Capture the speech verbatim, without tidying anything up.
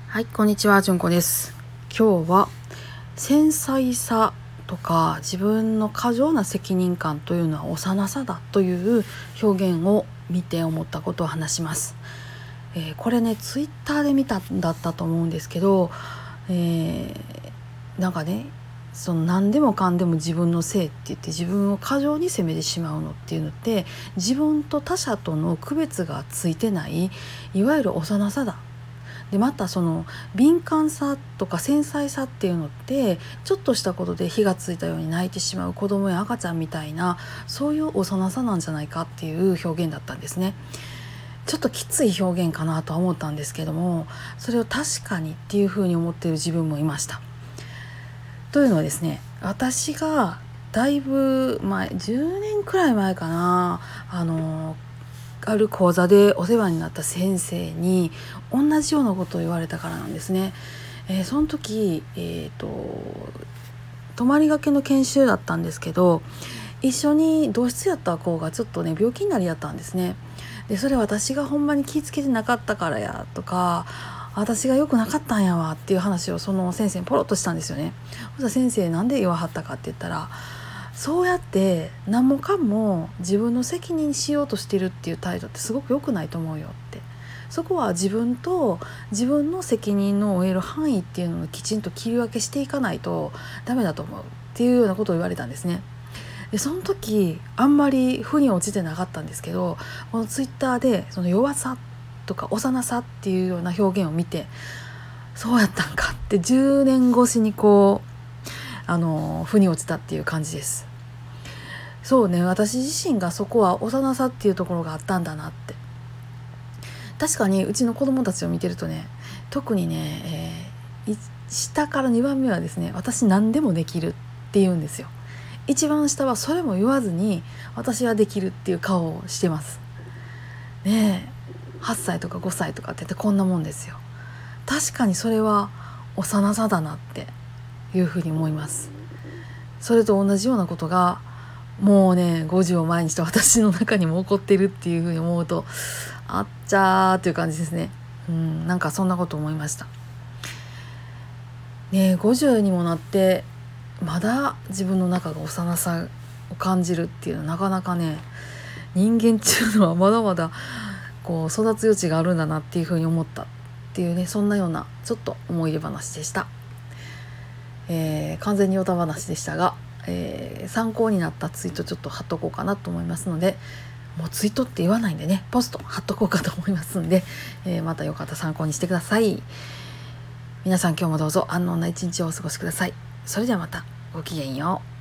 はい、こんにちは、じゅんこです。今日は繊細さとか自分の過剰な責任感というのは幼さだという表現を見て思ったことを話します。えー、これね、ツイッターで見たんだったと思うんですけど、えー、なんかね、その何でもかんでも自分のせいって言って自分を過剰に責めてしまうのっていうのって、自分と他者との区別がついてない、いわゆる幼さだ。でまたその敏感さとか繊細さっていうのって、ちょっとしたことで火がついたように泣いてしまう子供や赤ちゃんみたいな、そういう幼さなんじゃないかっていう表現だったんですね。ちょっときつい表現かなとは思ったんですけども、それを確かにっていうふうに思っている自分もいました。というのはですね、私がだいぶ前、じゅうねんくらい前かな、あのある講座でお世話になった先生に同じようなことを言われたからなんですね。えー、その時、えーと、泊まりがけの研修だったんですけど、一緒に同室やった子がちょっとね病気になりやったんですね。でそれ私がほんまに気ぃつけてなかったからやとか、私が良くなかったんやわっていう話をその先生にポロッとしたんですよね。そしたら先生なんで言わはったかって言ったら、そうやって何もかも自分の責任にしようとしてるっていう態度ってすごく良くないと思うよって。そこは自分と自分の責任の負える範囲っていうのをきちんと切り分けしていかないとダメだと思うっていうようなことを言われたんですね。でその時あんまり腑に落ちてなかったんですけど、このツイッターでその弱さとか幼さっていうような表現を見て、そうやったんかってじゅうねん越しにこうあの腑に落ちたっていう感じです。そうね、私自身がそこは幼さっていうところがあったんだなって。確かにうちの子供たちを見てるとね、特にね、えー、下からにばんめはですね、私何でもできるって言うんですよ。一番下はそれも言わずに私はできるっていう顔をしてますね。えはっさいとかごさいとかって言ってこんなもんですよ。確かにそれは幼さだなっていうふうに思います。それと同じようなことがもうねごじゅうを前にした私の中にも起こってるっていうふうに思うと、あっちゃーっていう感じですね。うん、なんかそんなこと思いましたね。ごじゅうにもなってまだ自分の中が幼さを感じるっていうのはなかなかね、人間っていうのはまだまだこう育つ余地があるんだなっていうふうに思ったっていうね、そんなようなちょっと思い出話でした。えー、完全にヨタ話でしたが、えー、参考になったツイートちょっと貼っとこうかなと思いますので、もうツイートって言わないんでね、ポスト貼っとこうかと思いますんで、えー、またよかったら参考にしてください。皆さん今日もどうぞ安穏な一日をお過ごしください。それではまた、ごきげんよう。